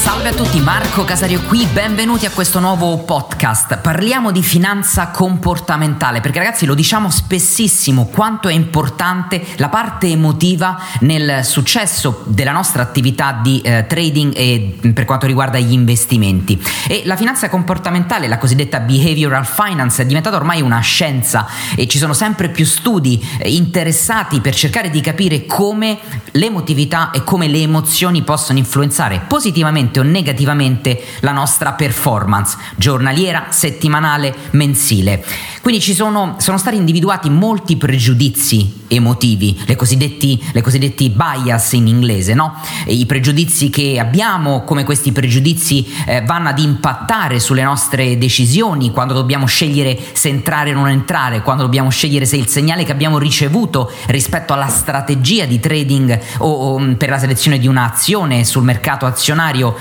Salve a tutti, Marco Casario qui, benvenuti a questo nuovo podcast. Parliamo di finanza comportamentale, perché ragazzi lo diciamo spessissimo quanto è importante la parte emotiva nel successo della nostra attività di trading e per quanto riguarda gli investimenti. E la finanza comportamentale, la cosiddetta behavioral finance, è diventata ormai una scienza e ci sono sempre più studi interessati per cercare di capire come l'emotività e come le emozioni possono influenzare positivamente o negativamente la nostra performance giornaliera, settimanale, mensile. Quindi sono stati individuati molti pregiudizi emotivi, le cosiddetti bias in inglese, no? E i pregiudizi che abbiamo, come questi pregiudizi vanno ad impattare sulle nostre decisioni quando dobbiamo scegliere se entrare o non entrare, quando dobbiamo scegliere se il segnale che abbiamo ricevuto rispetto alla strategia di trading o per la selezione di un'azione sul mercato azionario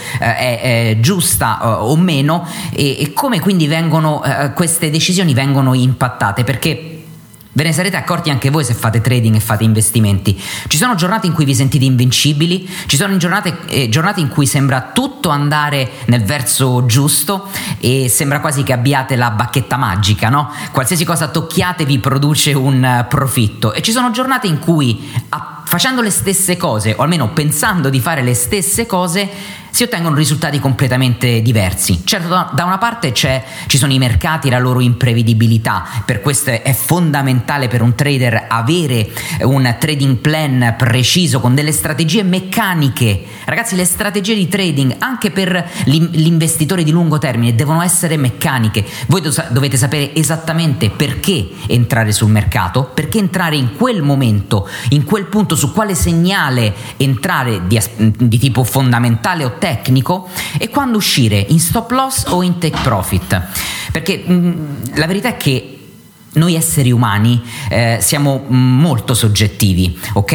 è giusta o meno, e come quindi queste decisioni vengono impattate, perché ve ne sarete accorti anche voi se fate trading e fate investimenti. Ci sono giornate in cui vi sentite invincibili, ci sono giornate in cui sembra tutto andare nel verso giusto e sembra quasi che abbiate la bacchetta magica, no? Qualsiasi cosa tocchiate vi produce un profitto, e ci sono giornate in cui facendo le stesse cose, o almeno pensando di fare le stesse cose, si ottengono risultati completamente diversi. Certo, da una parte ci sono i mercati e la loro imprevedibilità, per questo è fondamentale per un trader avere un trading plan preciso con delle strategie meccaniche. Ragazzi, le strategie di trading anche per l'investitore di lungo termine devono essere meccaniche. Voi dovete sapere esattamente perché entrare sul mercato, perché entrare in quel momento, in quel punto, su quale segnale entrare di tipo fondamentale o tecnico, e quando uscire, in stop loss o in take profit, perché la verità è che noi esseri umani siamo molto soggettivi, ok?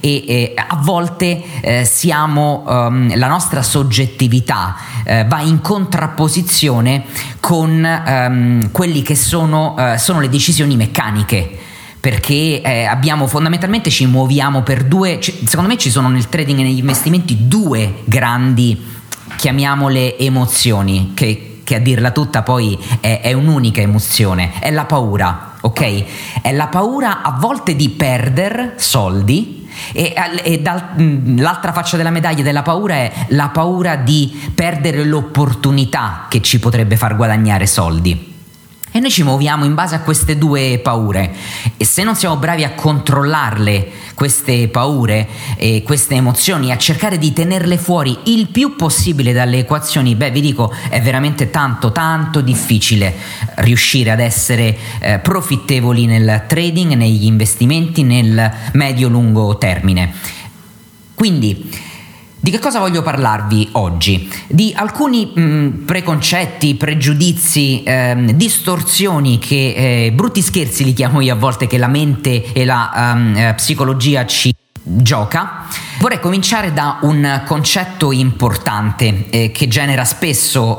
E a volte la nostra soggettività va in contrapposizione con quelli che sono le decisioni meccaniche, perché fondamentalmente ci muoviamo per secondo me ci sono nel trading e negli investimenti due grandi, chiamiamole emozioni, che a dirla tutta poi è un'unica emozione, è la paura, ok? È la paura a volte di perdere soldi, e l'altra faccia della medaglia della paura è la paura di perdere l'opportunità che ci potrebbe far guadagnare soldi. E noi ci muoviamo in base a queste due paure, e se non siamo bravi a controllarle, queste paure e queste emozioni, a cercare di tenerle fuori il più possibile dalle equazioni, vi dico, è veramente tanto difficile riuscire ad essere profittevoli nel trading, negli investimenti, nel medio-lungo termine. Quindi di che cosa voglio parlarvi oggi? Di alcuni preconcetti, pregiudizi, distorsioni brutti scherzi li chiamo io a volte, che la mente e la psicologia ci gioca. Vorrei cominciare da un concetto importante che genera spesso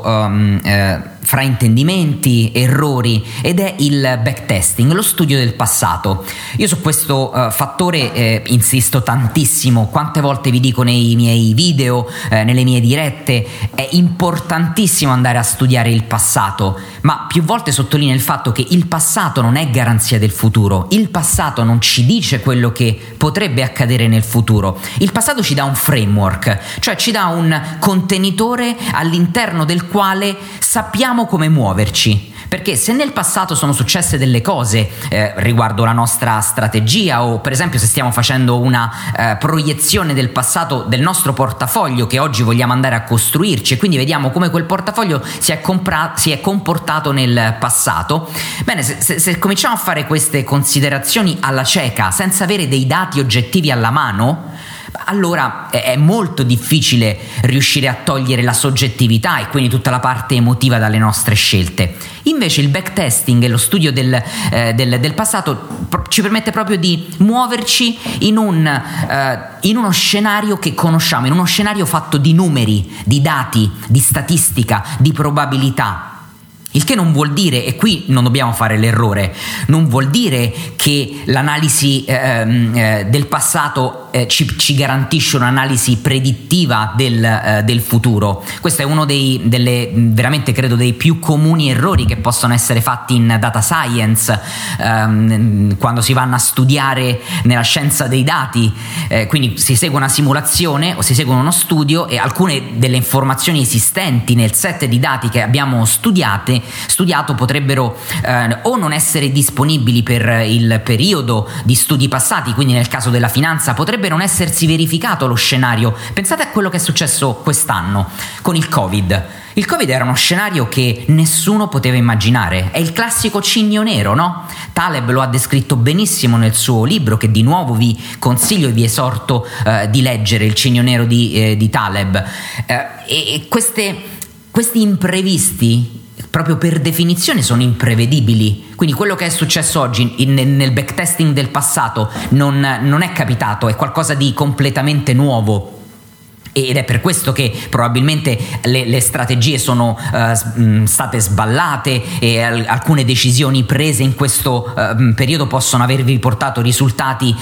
fraintendimenti, errori, ed è il backtesting, lo studio del passato. Io su questo fattore insisto tantissimo. Quante volte vi dico nei miei video, nelle mie dirette, è importantissimo andare a studiare il passato, ma più volte sottolineo il fatto che il passato non è garanzia del futuro, il passato non ci dice quello che potrebbe accadere nel futuro. Il passato ci dà un framework, cioè ci dà un contenitore all'interno del quale sappiamo come muoverci, perché se nel passato sono successe delle cose riguardo la nostra strategia, o per esempio se stiamo facendo una proiezione del passato del nostro portafoglio che oggi vogliamo andare a costruirci, e quindi vediamo come quel portafoglio si è comportato nel passato, bene, se cominciamo a fare queste considerazioni alla cieca senza avere dei dati oggettivi alla mano, allora è molto difficile riuscire a togliere la soggettività e quindi tutta la parte emotiva dalle nostre scelte. Invece il backtesting e lo studio del passato ci permette proprio di muoverci in uno scenario che conosciamo, in uno scenario fatto di numeri, di dati, di statistica, di probabilità. Il che non vuol dire, e qui non dobbiamo fare l'errore, non vuol dire che l'analisi del passato ci garantisce un'analisi predittiva del futuro. Questo è uno veramente credo dei più comuni errori che possono essere fatti in data science, quando si vanno a studiare nella scienza dei dati, quindi si segue una simulazione o si segue uno studio e alcune delle informazioni esistenti nel set di dati che abbiamo studiato potrebbero o non essere disponibili per il periodo di studi passati, quindi nel caso della finanza potrebbe non essersi verificato lo scenario. Pensate a quello che è successo quest'anno con il Covid. Il Covid era uno scenario che nessuno poteva immaginare, è il classico cigno nero, no? Taleb lo ha descritto benissimo nel suo libro, che di nuovo vi consiglio e vi esorto di leggere, Il cigno nero di Taleb. E questi imprevisti proprio per definizione sono imprevedibili, quindi quello che è successo oggi nel backtesting del passato non è capitato, è qualcosa di completamente nuovo. Ed è per questo che probabilmente le strategie sono state sballate e alcune decisioni prese in questo periodo possono avervi portato risultati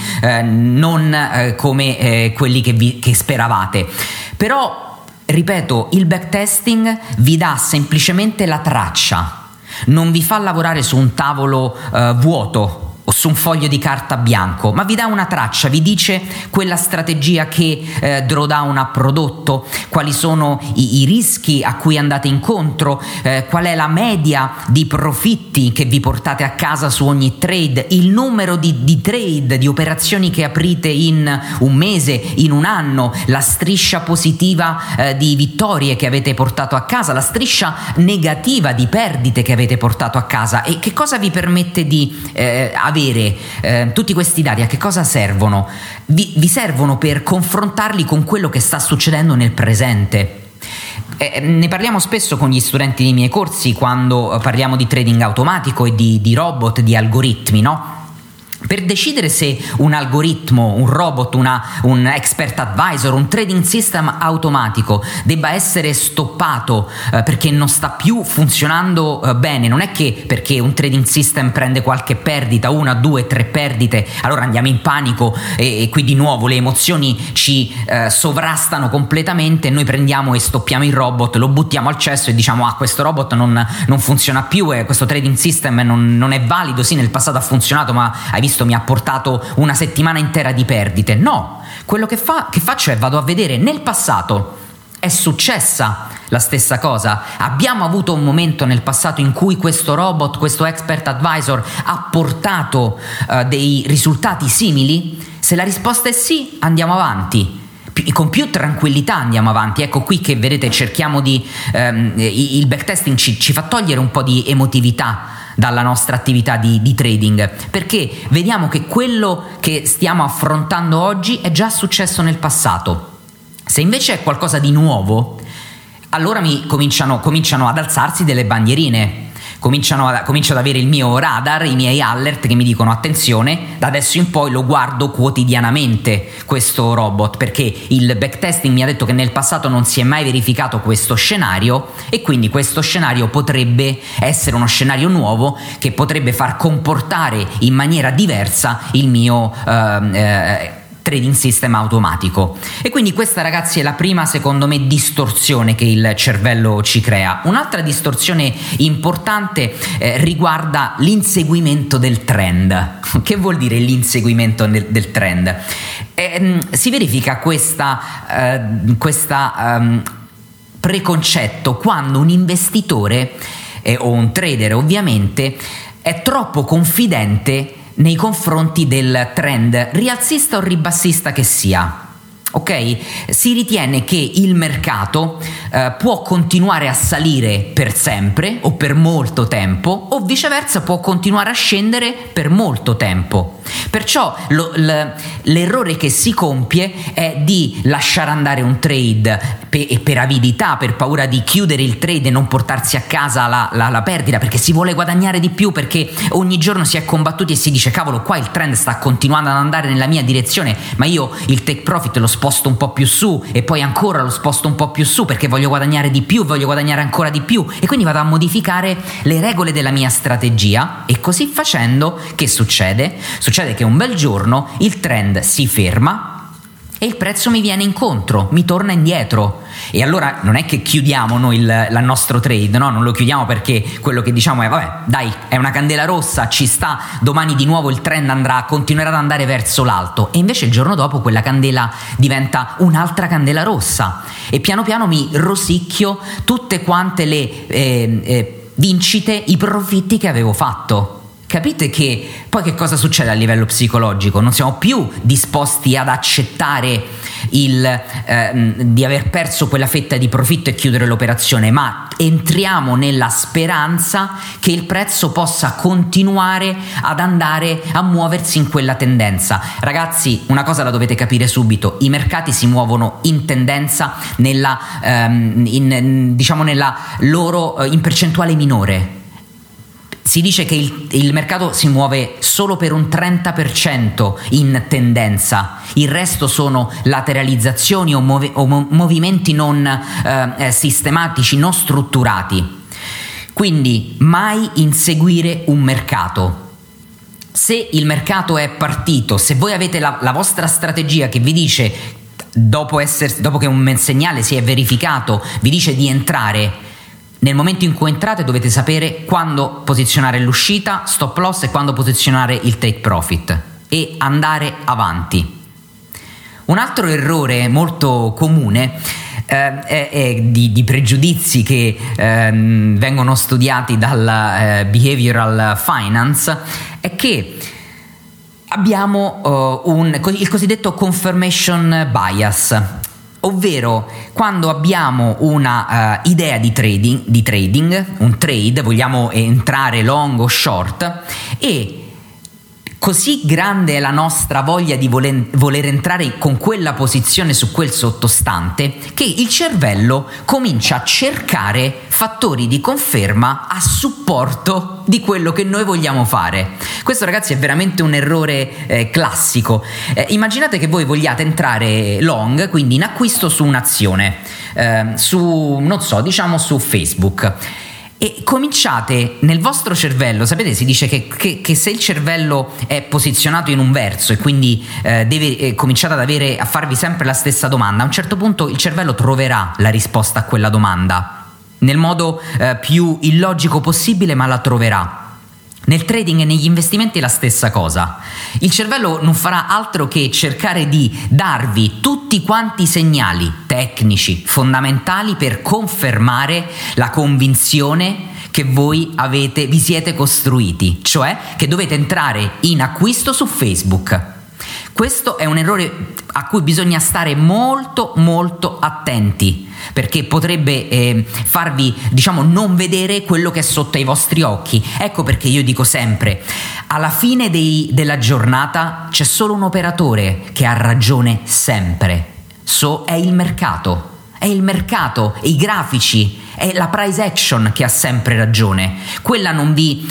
non come quelli che speravate. Però, ripeto, il backtesting vi dà semplicemente la traccia, non vi fa lavorare su un tavolo vuoto o su un foglio di carta bianco, ma vi dà una traccia, vi dice quella strategia che Drawdown ha prodotto, quali sono i rischi a cui andate incontro, qual è la media di profitti che vi portate a casa su ogni trade, il numero di trade, di operazioni che aprite in un mese, in un anno, la striscia positiva di vittorie che avete portato a casa, la striscia negativa di perdite che avete portato a casa. E che cosa vi permette di avere tutti questi dati? A che cosa servono? Vi servono per confrontarli con quello che sta succedendo nel presente. Ne parliamo spesso con gli studenti dei miei corsi quando parliamo di trading automatico e di robot, di algoritmi, no? Per decidere se un algoritmo, un robot, un expert advisor, un trading system automatico debba essere stoppato perché non sta più funzionando bene, non è che perché un trading system prende qualche perdita, 1, 2, 3 perdite, allora andiamo in panico e qui di nuovo le emozioni ci sovrastano completamente, noi prendiamo e stoppiamo il robot, lo buttiamo al cesso e diciamo questo robot non funziona più, questo trading system non è valido, sì nel passato ha funzionato ma hai visto mi ha portato una settimana intera di perdite. No, quello che faccio è vado a vedere nel passato è successa la stessa cosa, abbiamo avuto un momento nel passato in cui questo robot, questo expert advisor ha portato dei risultati simili. Se la risposta è sì, andiamo avanti. Con più tranquillità andiamo avanti. Ecco qui che vedete cerchiamo il backtesting ci fa togliere un po' di emotività dalla nostra attività di trading, perché vediamo che quello che stiamo affrontando oggi è già successo nel passato. Se invece è qualcosa di nuovo, allora cominciano ad alzarsi delle bandierine, comincio ad avere il mio radar, i miei alert che mi dicono attenzione, da adesso in poi lo guardo quotidianamente questo robot, perché il backtesting mi ha detto che nel passato non si è mai verificato questo scenario e quindi questo scenario potrebbe essere uno scenario nuovo che potrebbe far comportare in maniera diversa il mio trading system automatico. E quindi questa, ragazzi, è la prima, secondo me, distorsione che il cervello ci crea. Un'altra distorsione importante riguarda l'inseguimento del trend. Che vuol dire l'inseguimento del trend? Si verifica questa preconcetto quando un investitore o un trader ovviamente è troppo confidente nei confronti del trend rialzista o ribassista che sia. Ok? Si ritiene che il mercato può continuare a salire per sempre o per molto tempo, o viceversa può continuare a scendere per molto tempo. Perciò l'errore che si compie è di lasciare andare un trade per avidità, per paura di chiudere il trade e non portarsi a casa la perdita, perché si vuole guadagnare di più, perché ogni giorno si è combattuti e si dice cavolo, qua il trend sta continuando ad andare nella mia direzione, ma io il take profit lo sposto un po' più su e poi ancora lo sposto un po' più su perché voglio guadagnare di più, voglio guadagnare ancora di più, e quindi vado a modificare le regole della mia strategia. E così facendo che succede? Succede che un bel giorno il trend si ferma, e il prezzo mi viene incontro, mi torna indietro. E allora non è che chiudiamo noi il nostro trade, no? Non lo chiudiamo perché quello che diciamo è vabbè, dai, è una candela rossa, ci sta, domani di nuovo il trend continuerà ad andare verso l'alto, e invece il giorno dopo quella candela diventa un'altra candela rossa e piano piano mi rosicchio tutte quante le vincite, i profitti che avevo fatto. Capite che poi che cosa succede a livello psicologico? Non siamo più disposti ad accettare di aver perso quella fetta di profitto e chiudere l'operazione, ma entriamo nella speranza che il prezzo possa continuare ad andare a muoversi in quella tendenza. Ragazzi, una cosa la dovete capire subito: i mercati si muovono in tendenza nella loro in percentuale minore. Si dice che il mercato si muove solo per un 30% in tendenza, il resto sono lateralizzazioni o movimenti non sistematici, non strutturati. Quindi mai inseguire un mercato. Se il mercato è partito, se voi avete la vostra strategia che vi dice, dopo che un segnale si è verificato, vi dice di entrare, nel momento in cui entrate dovete sapere quando posizionare l'uscita, stop loss, e quando posizionare il take profit e andare avanti. Un altro errore molto comune è di pregiudizi che vengono studiati dal behavioral finance è che abbiamo il cosiddetto confirmation bias, ovvero quando abbiamo una idea di trading, un trade, vogliamo entrare long o short, e così grande è la nostra voglia di voler entrare con quella posizione su quel sottostante che il cervello comincia a cercare fattori di conferma a supporto di quello che noi vogliamo fare. Questo, ragazzi, è veramente un errore classico. Immaginate che voi vogliate entrare long, quindi in acquisto su un'azione, su Facebook. E cominciate nel vostro cervello, sapete, si dice che se il cervello è posizionato in un verso e quindi cominciate a farvi sempre la stessa domanda, a un certo punto il cervello troverà la risposta a quella domanda nel modo più illogico possibile, ma la troverà. Nel trading e negli investimenti è la stessa cosa. Il cervello non farà altro che cercare di darvi tutti quanti i segnali tecnici fondamentali per confermare la convinzione che voi vi siete costruiti, cioè che dovete entrare in acquisto su Facebook. Questo è un errore a cui bisogna stare molto molto attenti, perché potrebbe farvi, non vedere quello che è sotto ai vostri occhi. Ecco perché io dico sempre, alla fine della giornata c'è solo un operatore che ha ragione sempre, è il mercato. È il mercato, i grafici, è la price action che ha sempre ragione. Quella non vi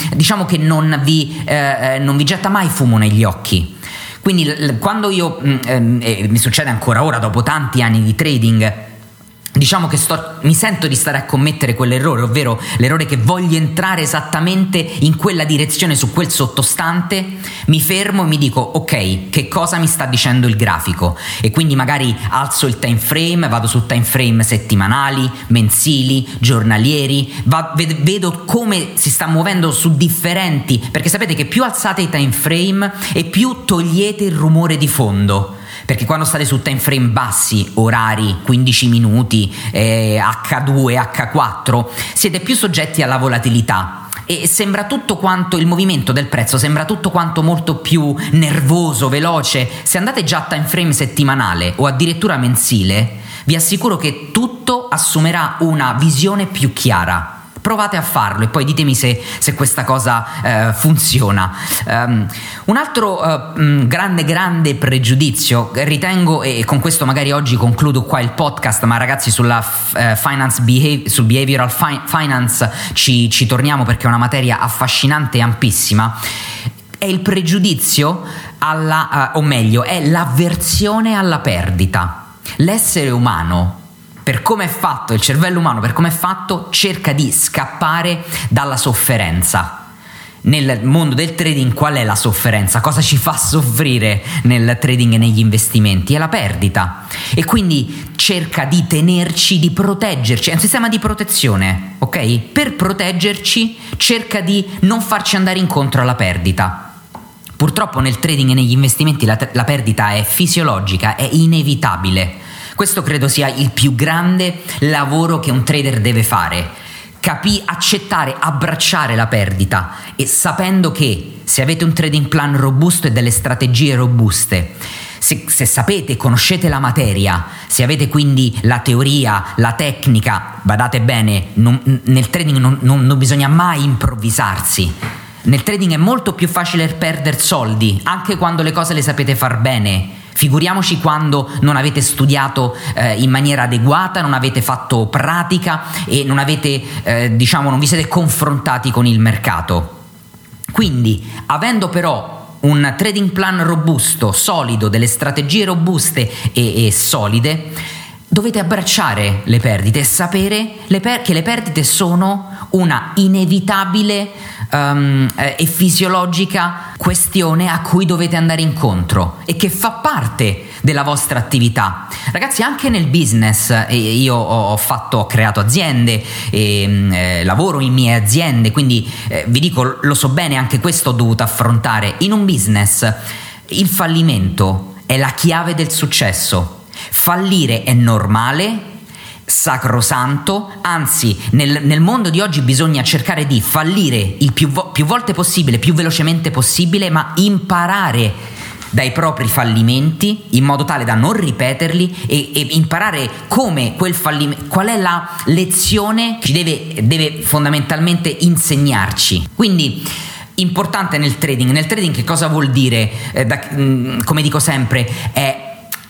getta mai fumo negli occhi. Quindi quando mi succede ancora ora dopo tanti anni di trading, che mi sento di stare a commettere quell'errore, ovvero l'errore che voglio entrare esattamente in quella direzione su quel sottostante, mi fermo e mi dico ok, che cosa mi sta dicendo il grafico? E quindi magari alzo il time frame, vado su time frame settimanali, mensili, giornalieri, vedo come si sta muovendo su differenti, perché sapete che più alzate i time frame e più togliete il rumore di fondo. Perché quando state su time frame bassi, orari, 15 minuti, H2, H4, siete più soggetti alla volatilità e sembra tutto quanto, il movimento del prezzo sembra tutto quanto molto più nervoso, veloce. Se andate già a time frame settimanale o addirittura mensile, vi assicuro che tutto assumerà una visione più chiara. Provate a farlo e poi ditemi se questa cosa funziona. Un altro grande pregiudizio, ritengo, e con questo magari oggi concludo qua il podcast, ma ragazzi sul behavioral finance ci torniamo perché è una materia affascinante e ampissima, è il pregiudizio è l'avversione alla perdita. L'essere umano, per come è fatto, il cervello umano per come è fatto, cerca di scappare dalla sofferenza. nel mondo del trading qual è la sofferenza? Cosa ci fa soffrire nel trading e negli investimenti? È la perdita, e quindi cerca di tenerci, di proteggerci, è un sistema di protezione, ok? Per proteggerci cerca di non farci andare incontro alla perdita. Purtroppo nel trading e negli investimenti la perdita è fisiologica, è inevitabile. Questo credo sia il più grande lavoro che un trader deve fare. Accettare, abbracciare la perdita, e sapendo che se avete un trading plan robusto e delle strategie robuste, se sapete, conoscete la materia, se avete quindi la teoria, la tecnica, badate bene, nel trading non bisogna mai improvvisarsi. Nel trading è molto più facile perdere soldi, anche quando le cose le sapete far bene. Figuriamoci quando non avete studiato in maniera adeguata, non avete fatto pratica e non vi siete confrontati con il mercato. Quindi, avendo però un trading plan robusto, solido, delle strategie robuste e solide, dovete abbracciare le perdite e sapere che le perdite sono una inevitabile e fisiologica questione a cui dovete andare incontro e che fa parte della vostra attività. Ragazzi, anche nel business io ho creato aziende e lavoro in mie aziende, quindi vi dico, lo so bene, anche questo ho dovuto affrontare. In un business il fallimento è la chiave del successo. Fallire è normale, sacrosanto, anzi nel mondo di oggi bisogna cercare di fallire il più volte possibile, più velocemente possibile, ma imparare dai propri fallimenti in modo tale da non ripeterli e imparare come quel fallimento, qual è la lezione che deve fondamentalmente insegnarci. Quindi importante nel trading che cosa vuol dire? Come dico sempre, è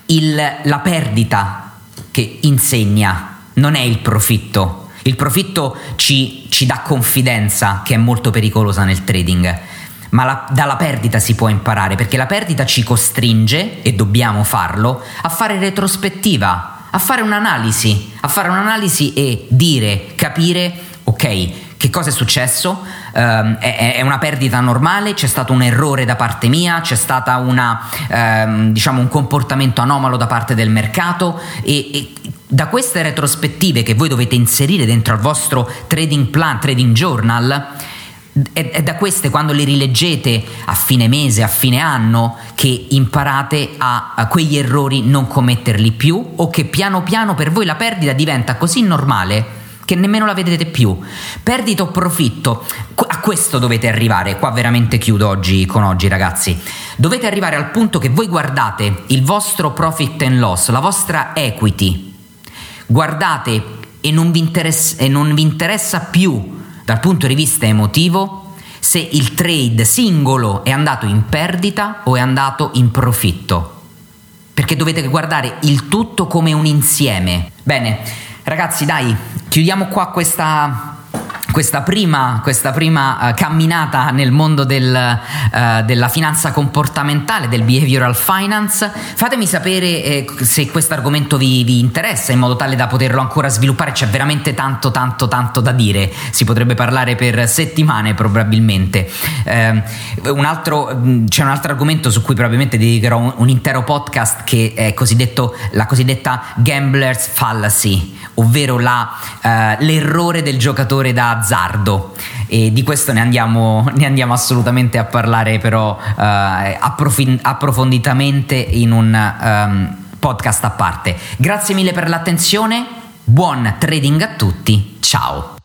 la perdita che insegna, non è il profitto. Il profitto ci dà confidenza, che è molto pericolosa nel trading, ma dalla perdita si può imparare, perché la perdita ci costringe, e dobbiamo farlo, a fare retrospettiva, a fare un'analisi e capire, ok, che cosa è successo? È una perdita normale? C'è stato un errore da parte mia? C'è stata un comportamento anomalo da parte del mercato? E da queste retrospettive che voi dovete inserire dentro al vostro trading plan, trading journal, è da queste, quando le rileggete a fine mese, a fine anno, che imparate a quegli errori non commetterli più, o che piano piano per voi la perdita diventa così normale che nemmeno la vedete più. Perdita o profitto, a questo dovete arrivare. Qua veramente chiudo oggi, ragazzi. Dovete arrivare al punto che voi guardate il vostro profit and loss, la vostra equity, guardate e non vi interessa più dal punto di vista emotivo se il trade singolo è andato in perdita o è andato in profitto, perché dovete guardare il tutto come un insieme. Bene, ragazzi, dai, chiudiamo qua questa prima camminata nel mondo della finanza comportamentale, del behavioral finance. Fatemi sapere se questo argomento vi interessa, in modo tale da poterlo ancora sviluppare. C'è veramente tanto da dire, si potrebbe parlare per settimane probabilmente. C'è un altro argomento su cui probabilmente dedicherò un intero podcast, che è la cosiddetta gambler's fallacy, ovvero l'errore del giocatore da azzardo, e di questo ne andiamo assolutamente a parlare, però approfonditamente in un podcast a parte. Grazie mille per l'attenzione, buon trading a tutti, ciao.